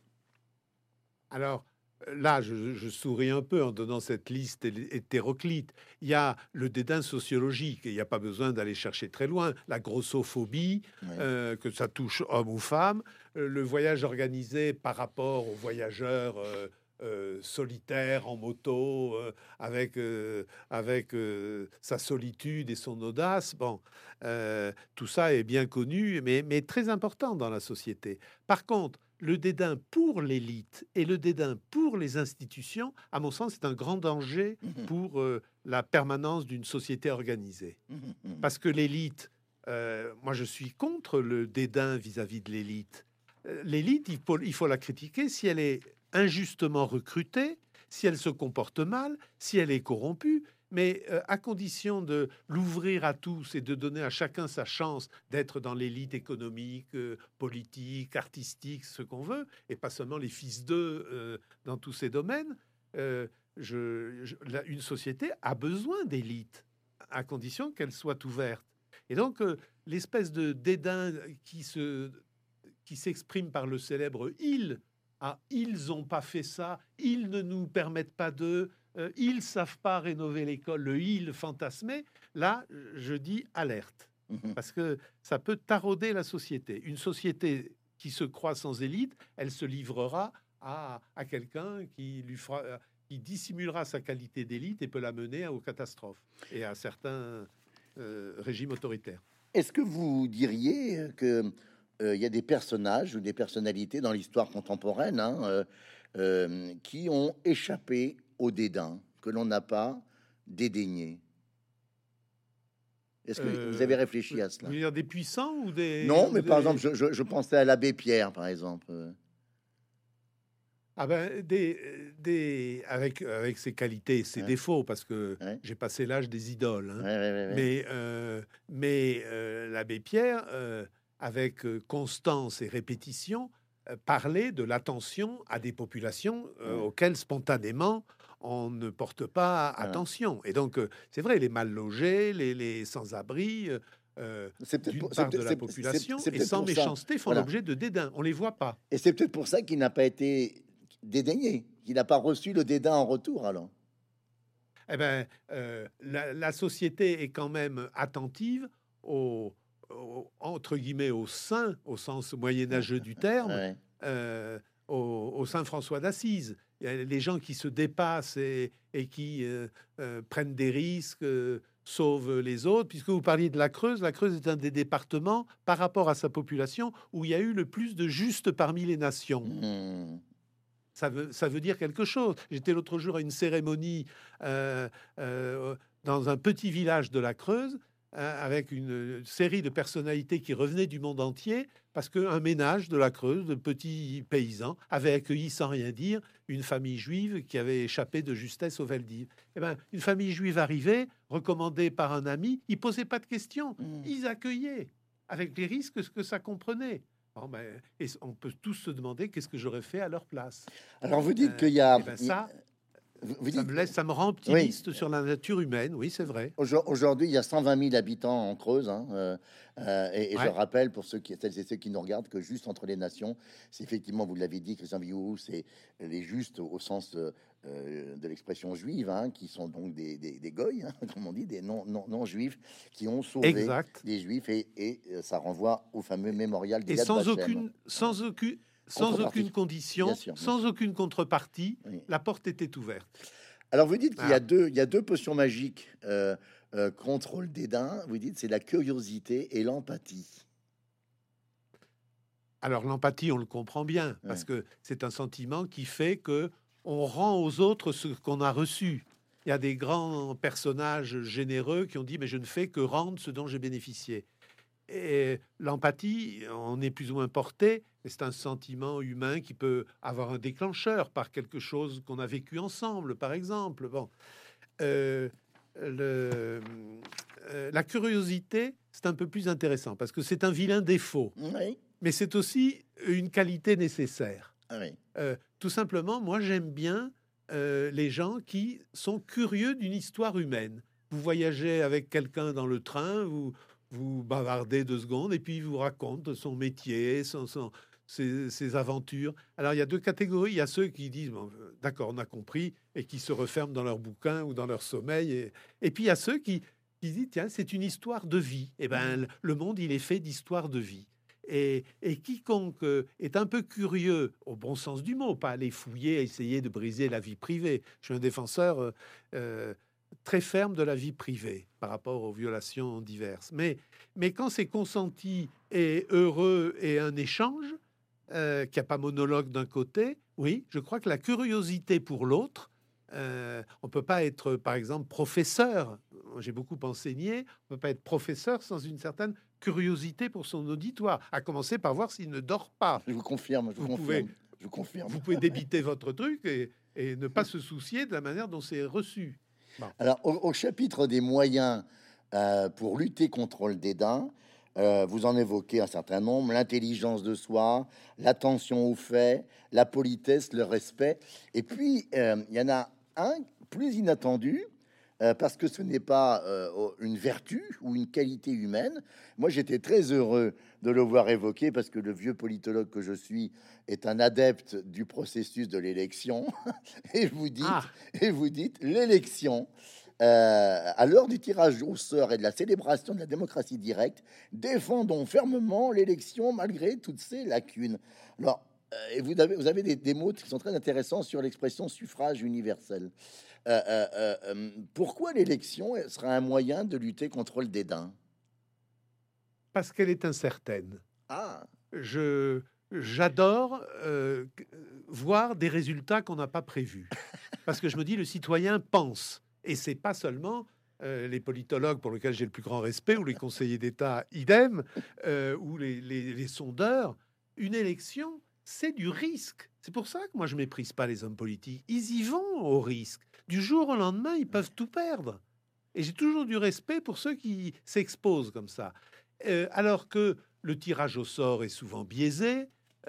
alors, là, je souris un peu en donnant cette liste hétéroclite. Il y a le dédain sociologique, et il n'y a pas besoin d'aller chercher très loin. La grossophobie, Oui. que ça touche homme ou femme, le voyage organisé par rapport aux voyageurs solitaires en moto, avec sa solitude et son audace. Bon, tout ça est bien connu, mais très important dans la société. Par contre, le dédain pour l'élite et le dédain pour les institutions, à mon sens, c'est un grand danger Mhm, pour la permanence d'une société organisée. mhm, mhm, Parce que l'élite, moi je suis contre le dédain vis-à-vis de l'élite. L'élite, il faut la critiquer si elle est injustement recrutée, si elle se comporte mal, si elle est corrompue, mais à condition de l'ouvrir à tous et de donner à chacun sa chance d'être dans l'élite économique, politique, artistique, ce qu'on veut, et pas seulement les fils d'eux dans tous ces domaines. euh, une société a besoin d'élite, à condition qu'elle soit ouverte. Et donc, l'espèce de dédain qui s'exprime par le célèbre il. Ah, ils ont pas fait ça, ils ne nous permettent pas de, ils savent pas rénover l'école, le il fantasmé. Là, je dis alerte, mhm. parce que ça peut tarauder la société. Une société qui se croit sans élite, elle se livrera à quelqu'un qui lui fera, qui dissimulera sa qualité d'élite et peut la mener aux catastrophes et à certains régimes autoritaires. Est-ce que vous diriez que il y a des personnages ou des personnalités dans l'histoire contemporaine, hein, qui ont échappé au dédain, que l'on n'a pas dédaigné? Est-ce que vous avez réfléchi à Vous cela? voulez dire des puissants ou des... Non, ou mais par des- exemple, je pensais à l'abbé Pierre, par exemple. Ah ben, avec ses qualités et ses Ouais, défauts, parce que ouais, j'ai passé l'âge des idoles, ouais, hein. ouais, ouais, ouais. Mais l'abbé Pierre, avec constance et répétition, parlait de l'attention à des populations Ouais, auxquelles spontanément on ne porte pas voilà. attention. Et donc, c'est vrai, les mal logés, les sans-abri, C'est peut-être d'une pour, c'est part de peut-être, la population, c'est et peut-être sans pour ça. méchanceté, font Voilà. l'objet de dédain. On les voit pas. Et c'est peut-être pour ça qu'il n'a pas été dédaigné, qu'il n'a pas reçu le dédain en retour, alors. Eh ben, la société est quand même attentive entre guillemets, au saint, au sens Ouais, moyenâgeux du terme, ouais. au saint François d'Assise. Il y a les gens qui se dépassent et qui prennent des risques, sauvent les autres. Puisque vous parliez de la Creuse est un des départements, par rapport à sa population, où il y a eu le plus de justes parmi les nations. Hmm. Ça veut dire quelque chose. J'étais l'autre jour à une cérémonie euh, dans un petit village de la Creuse, avec une série de personnalités qui revenaient du monde entier, parce qu'un ménage de la Creuse, de petits paysans, avait accueilli sans rien dire une famille juive qui avait échappé de justesse au Veldiv. Eh ben, une famille juive arrivée, recommandée par un ami, ils posaient pas de questions, Hmm. ils accueillaient, avec les risques que ça comprenait. Bon, ben, et on peut tous se demander qu'est-ce que j'aurais fait à leur place. Alors vous dites qu'il y a, Et ben ça, vous dites, ça me rend oui. optimiste sur la nature humaine. Oui, c'est vrai. Aujourd'hui, il y a 120 000 habitants en Creuse, hein, et je Ouais, rappelle pour celles et ceux qui nous regardent que juste entre les nations, c'est effectivement, vous l'avez dit, Christian Villou, c'est les justes au sens de l'expression juive, hein, qui sont donc des goïs, hein, comme on dit, des non juifs, qui ont sauvé exact. les juifs, et ça renvoie au fameux mémorial Et d'Yad Vashem. Voilà. sans Contrepartie, aucune bien condition, sûr, bien sans sûr. aucune contrepartie, Oui. la porte était ouverte. Alors vous dites qu'il y a Voilà. deux potions magiques contre le dédain. Vous dites c'est la curiosité et l'empathie. Alors l'empathie, on le comprend bien, parce Ouais. que c'est un sentiment qui fait que on rend aux autres ce qu'on a reçu. Il y a des grands personnages généreux qui ont dit mais je ne fais que rendre ce dont j'ai bénéficié. Et l'empathie, on est plus ou moins porté, mais c'est un sentiment humain qui peut avoir un déclencheur par quelque chose qu'on a vécu ensemble, par exemple. Bon, euh, le, la curiosité, c'est un peu plus intéressant parce que c'est un vilain défaut, Oui. mais c'est aussi une qualité nécessaire. Ah oui. Tout simplement, moi, j'aime bien les gens qui sont curieux d'une histoire humaine. Vous voyagez avec quelqu'un dans le train, vous bavardez 2 secondes et puis il vous raconte son métier, ses aventures. Alors, il y a deux catégories. Il y a ceux qui disent, bon, d'accord, on a compris, et qui se referment dans leur bouquin ou dans leur sommeil. Et puis, il y a ceux qui disent, tiens, c'est une histoire de vie. Eh ben, le monde, il est fait d'histoires de vie. Et quiconque est un peu curieux, au bon sens du mot, pas aller fouiller, essayer de briser la vie privée. Je suis un défenseur très ferme de la vie privée par rapport aux violations diverses. Mais quand c'est consenti et heureux et un échange, qu'il n'y a pas monologue d'un côté, oui, je crois que la curiosité pour l'autre, on peut pas être, par exemple, professeur. J'ai beaucoup enseigné. On peut pas être professeur sans une certaine curiosité pour son auditoire, à commencer par voir s'il ne dort pas. Je vous confirme. Je vous Vous confirme. pouvez, Je vous confirme. vous pouvez débiter votre truc et ne pas se soucier de la manière dont c'est reçu. Bon. Alors au chapitre des moyens pour lutter contre le dédain, vous en évoquez un certain nombre: l'intelligence de soi, l'attention aux faits, la politesse, le respect. Et puis il y en a un plus inattendu, parce que ce n'est pas une vertu ou une qualité humaine. Moi, j'étais très heureux de le voir évoqué, parce que le vieux politologue que je suis est un adepte du processus de l'élection. Et Ah, vous dites l'élection, à l'heure du tirage au sort et de la célébration de la démocratie directe, défendons fermement l'élection malgré toutes ses lacunes. Alors, et vous avez des mots qui sont très intéressants sur l'expression suffrage universel. Pourquoi l'élection sera un moyen de lutter contre le dédain? parce qu'elle est incertaine. Ah, Je J'adore voir des résultats qu'on n'a pas prévus, parce que je me dis le citoyen pense, et c'est pas seulement les politologues pour lesquels j'ai le plus grand respect, ou les conseillers d'État, idem, ou les sondeurs. Une élection, c'est du risque. C'est pour ça que moi, je méprise pas les hommes politiques. Ils y vont au risque. Du jour au lendemain, ils peuvent tout perdre. Et j'ai toujours du respect pour ceux qui s'exposent comme ça. Alors que le tirage au sort est souvent biaisé,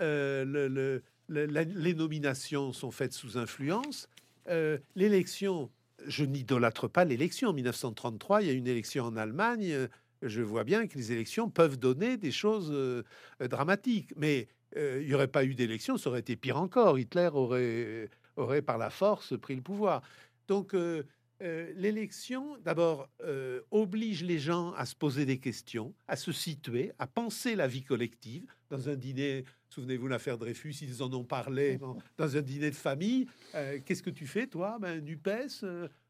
les nominations sont faites sous influence. L'élection, je n'idolâtre pas l'élection. En 1933, il y a une élection en Allemagne. Je vois bien que les élections peuvent donner des choses dramatiques. Mais il n'y aurait pas eu d'élection, ça aurait été pire encore. Hitler aurait par la force pris le pouvoir. Donc, l'élection, d'abord, oblige les gens à se poser des questions, à se situer, à penser la vie collective. Dans un dîner, souvenez-vous l'affaire Dreyfus, ils en ont parlé, dans un dîner de famille. Qu'est-ce que tu fais, toi? NUPES,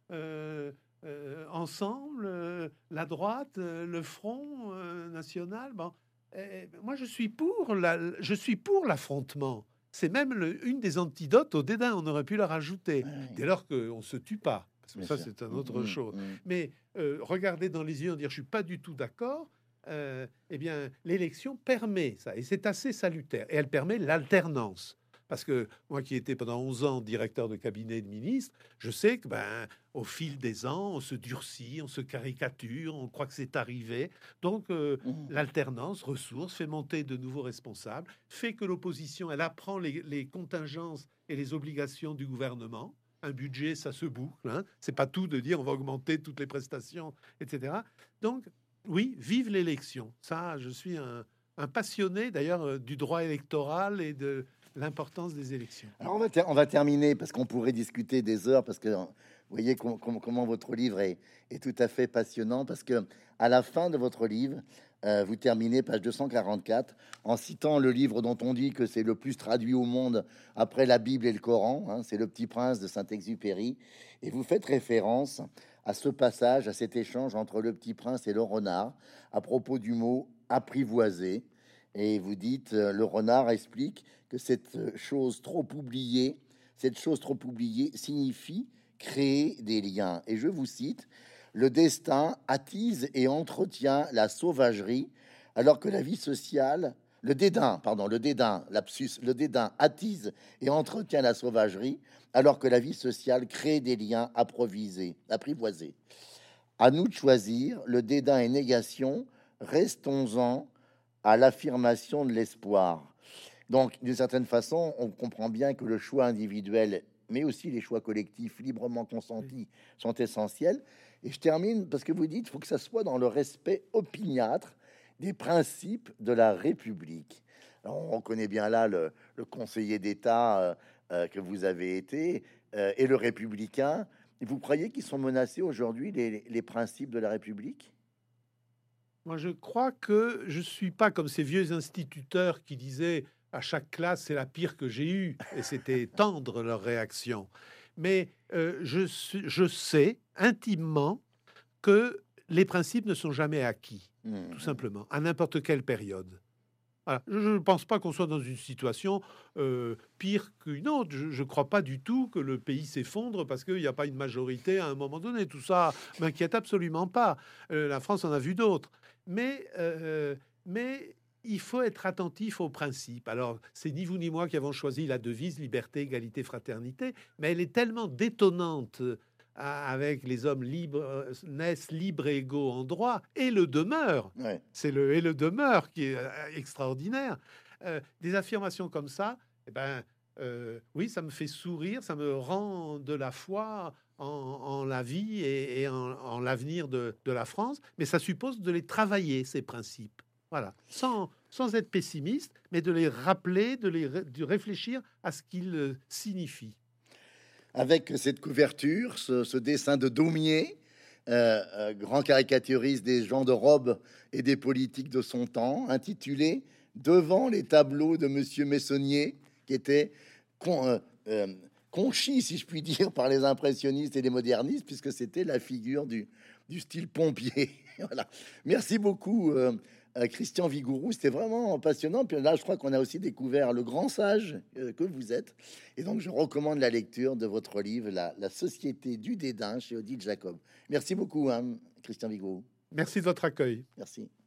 ensemble, la droite, le Front National. Bon. Moi, je suis pour l'affrontement. C'est même une des antidotes au dédain. On aurait pu la rajouter. Dès lors qu'on ne se tue pas. Parce que ça, c'est une autre chose. Mais regarder dans les yeux et dire je suis pas du tout d'accord, eh bien, l'élection permet ça. Et c'est assez salutaire. Et elle permet l'alternance. Parce que moi qui étais pendant 11 ans directeur de cabinet de ministre, je sais que au fil des ans, on se durcit, on se caricature, on croit que c'est arrivé. Donc l'alternance, ressource, fait monter de nouveaux responsables, fait que l'opposition, elle apprend les contingences et les obligations du gouvernement. Un budget, ça se boucle. Hein. C'est pas tout de dire on va augmenter toutes les prestations, etc. Donc, oui, vive l'élection. Ça, je suis un passionné d'ailleurs du droit électoral et de l'importance des élections. Alors on va terminer parce qu'on pourrait discuter des heures parce que vous voyez comment votre livre est tout à fait passionnant parce que à la fin de votre livre, vous terminez page 244 en citant le livre dont on dit que c'est le plus traduit au monde après la Bible et le Coran, hein, c'est Le Petit Prince de Saint-Exupéry, et vous faites référence à ce passage, à cet échange entre le Petit Prince et le renard à propos du mot apprivoiser. Et vous dites, le renard explique que cette chose trop oubliée signifie créer des liens. Et je vous cite, le destin attise et entretient la sauvagerie, alors que la vie sociale, le dédain attise et entretient la sauvagerie, alors que la vie sociale crée des liens apprivoisés. À nous de choisir, le dédain et négation, restons-en à l'affirmation de l'espoir. Donc, d'une certaine façon, on comprend bien que le choix individuel, mais aussi les choix collectifs librement consentis sont essentiels. Et je termine parce que vous dites qu'il faut que ça soit dans le respect opiniâtre des principes de la République. Alors, on connaît bien là le conseiller d'État que vous avez été et le républicain. Vous croyez qu'ils sont menacés aujourd'hui, les principes de la République? Moi, je crois que je suis pas comme ces vieux instituteurs qui disaient à chaque classe c'est la pire que j'ai eue et c'était tendre leur réaction. Mais je sais intimement que les principes ne sont jamais acquis, tout simplement, à n'importe quelle période. Voilà. Je ne pense pas qu'on soit dans une situation pire qu'une autre. Je ne crois pas du tout que le pays s'effondre parce qu'il n'y a pas une majorité à un moment donné. Tout ça m'inquiète absolument pas. La France en a vu d'autres. Mais il faut être attentif aux principes. Alors, c'est ni vous ni moi qui avons choisi la devise liberté, égalité, fraternité, mais elle est tellement détonnante avec les hommes libres naissent libres et égaux en droit et le demeurent. Ouais. C'est le et le demeure qui est extraordinaire. Des affirmations comme ça, eh ben, oui, ça me fait sourire, ça me rend de la foi en la vie et en l'avenir de la France, mais ça suppose de les travailler, ces principes. Voilà, sans être pessimiste, mais de les rappeler, de réfléchir à ce qu'ils signifient. Avec cette couverture, ce dessin de Daumier, grand caricaturiste des gens de robe et des politiques de son temps, intitulé Devant les tableaux de Monsieur Messonnier, qui était conchi, si je puis dire, par les impressionnistes et les modernistes, puisque c'était la figure du style pompier. Voilà. Merci beaucoup, Christian Vigourou. C'était vraiment passionnant. Puis là, je crois qu'on a aussi découvert le grand sage que vous êtes. Et donc, je recommande la lecture de votre livre, La Société du dédain, chez Odile Jacob. Merci beaucoup, hein, Christian Vigourou. Merci de votre accueil. Merci.